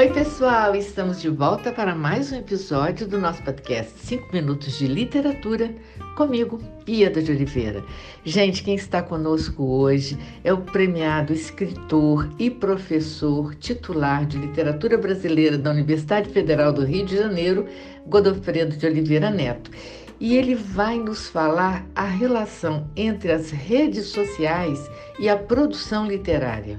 Oi, pessoal! Estamos de volta para mais um episódio do nosso podcast 5 Minutos de Literatura, comigo, Ieda de Oliveira. Gente, quem está conosco hoje é o premiado escritor e professor titular de Literatura Brasileira da Universidade Federal do Rio de Janeiro, Godofredo de Oliveira Neto. E ele vai nos falar a relação entre as redes sociais e a produção literária.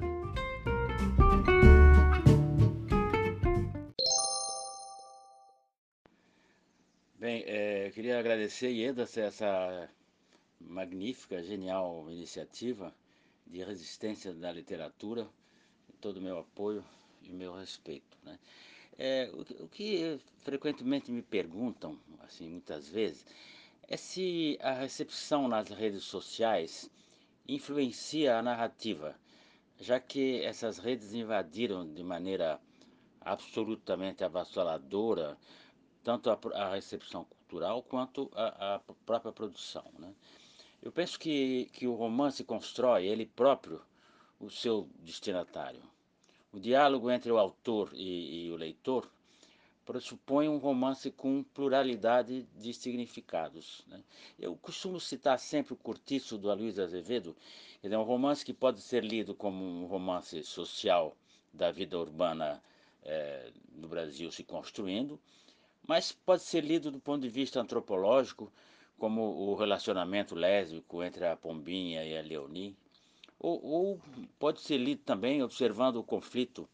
Bem, eu queria agradecer, Ieda, essa magnífica, genial iniciativa de resistência da literatura, todo o meu apoio e o meu respeito, né? O que frequentemente me perguntam, assim, muitas vezes, é se a recepção nas redes sociais influencia a narrativa, já que essas redes invadiram de maneira absolutamente avassaladora tanto a recepção cultural quanto a própria produção, né? Eu penso que o romance constrói ele próprio o seu destinatário. O diálogo entre o autor e o leitor pressupõe um romance com pluralidade de significados, né? Eu costumo citar sempre o Cortiço do Aloysio Azevedo, que é um romance que pode ser lido como um romance social da vida urbana no Brasil se construindo, mas pode ser lido do ponto de vista antropológico, como o relacionamento lésbico entre a Pombinha e a Leonie, ou pode ser lido também observando o conflito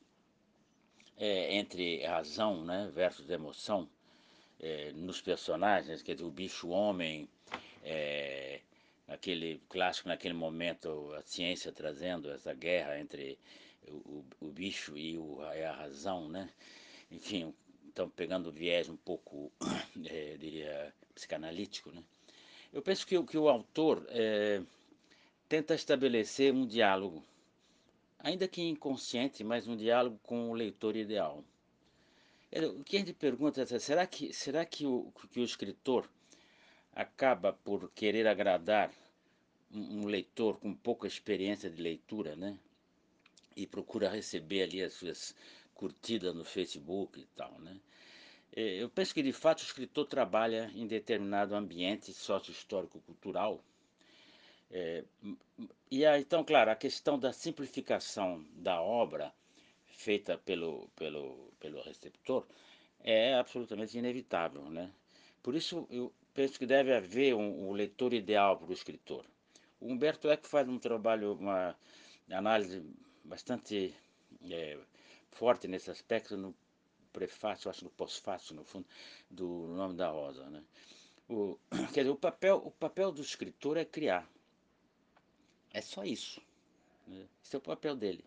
entre razão, né, versus emoção nos personagens, quer dizer, o bicho-homem, é, aquele clássico naquele momento, a ciência trazendo essa guerra entre o bicho e a razão, né? Enfim, então pegando o viés um pouco, diria, psicanalítico, né? Eu penso que o autor tenta estabelecer um diálogo, ainda que inconsciente, mas um diálogo com o leitor ideal. O que a gente pergunta é, será que o escritor acaba por querer agradar um leitor com pouca experiência de leitura, né? E procura receber ali as suas curtidas no Facebook e tal, né? Eu penso que de fato o escritor trabalha em determinado ambiente sócio-histórico-cultural. Então, claro, a questão da simplificação da obra feita pelo receptor é absolutamente inevitável, né? Por isso eu penso que deve haver um leitor ideal para o escritor. O Humberto Eco faz um trabalho, uma análise bastante forte nesse aspecto no prefácio, acho no pós-fácio, no fundo, do Nome da Rosa, né? Quer dizer, o papel do escritor é criar. É só isso, né? Esse é o papel dele.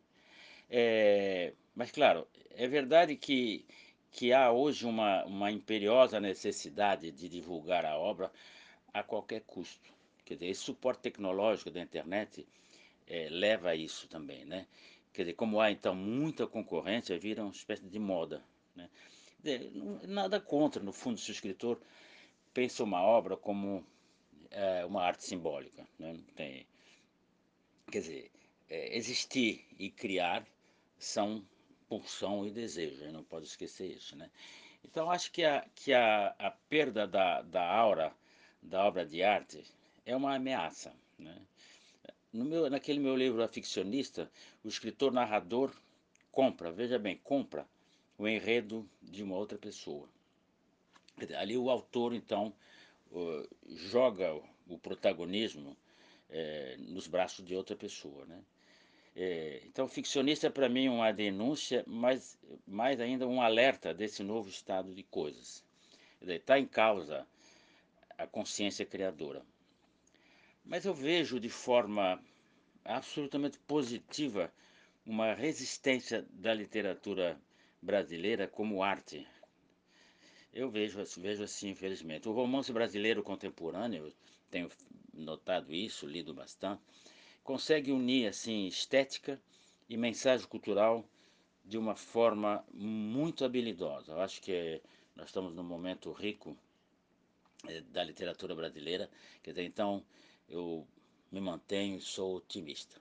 Mas, claro, é verdade que há hoje uma imperiosa necessidade de divulgar a obra a qualquer custo. Quer dizer, esse suporte tecnológico da internet leva a isso também, né? Quer dizer, como há então muita concorrência, vira uma espécie de moda, né? Nada contra, no fundo, se o escritor pensa uma obra como uma arte simbólica, né? Quer dizer, existir e criar são pulsão e desejo, não pode esquecer isso, né? Então acho que a perda da aura da obra de arte é uma ameaça, né? Naquele meu livro A Ficcionista, o escritor narrador compra, veja bem, compra o enredo de uma outra pessoa. Ali o autor, então, joga o protagonismo nos braços de outra pessoa, né? Então, ficcionista é para mim uma denúncia, mas mais ainda um alerta desse novo estado de coisas. Está em causa a consciência criadora. Mas eu vejo de forma absolutamente positiva uma resistência da literatura brasileira como arte. Eu vejo assim, infelizmente. O romance brasileiro contemporâneo, tenho notado isso, lido bastante, consegue unir assim estética e mensagem cultural de uma forma muito habilidosa. Eu acho que nós estamos num momento rico da literatura brasileira, quer dizer, então eu me mantenho e sou otimista.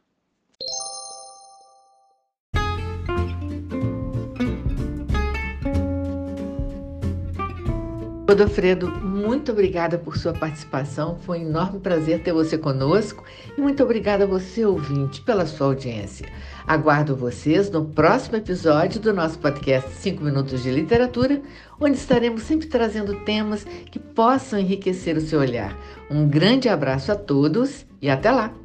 Godofredo, muito obrigada por sua participação. Foi um enorme prazer ter você conosco e muito obrigada a você, ouvinte, pela sua audiência. Aguardo vocês no próximo episódio do nosso podcast 5 Minutos de Literatura, onde estaremos sempre trazendo temas que possam enriquecer o seu olhar. Um grande abraço a todos e até lá!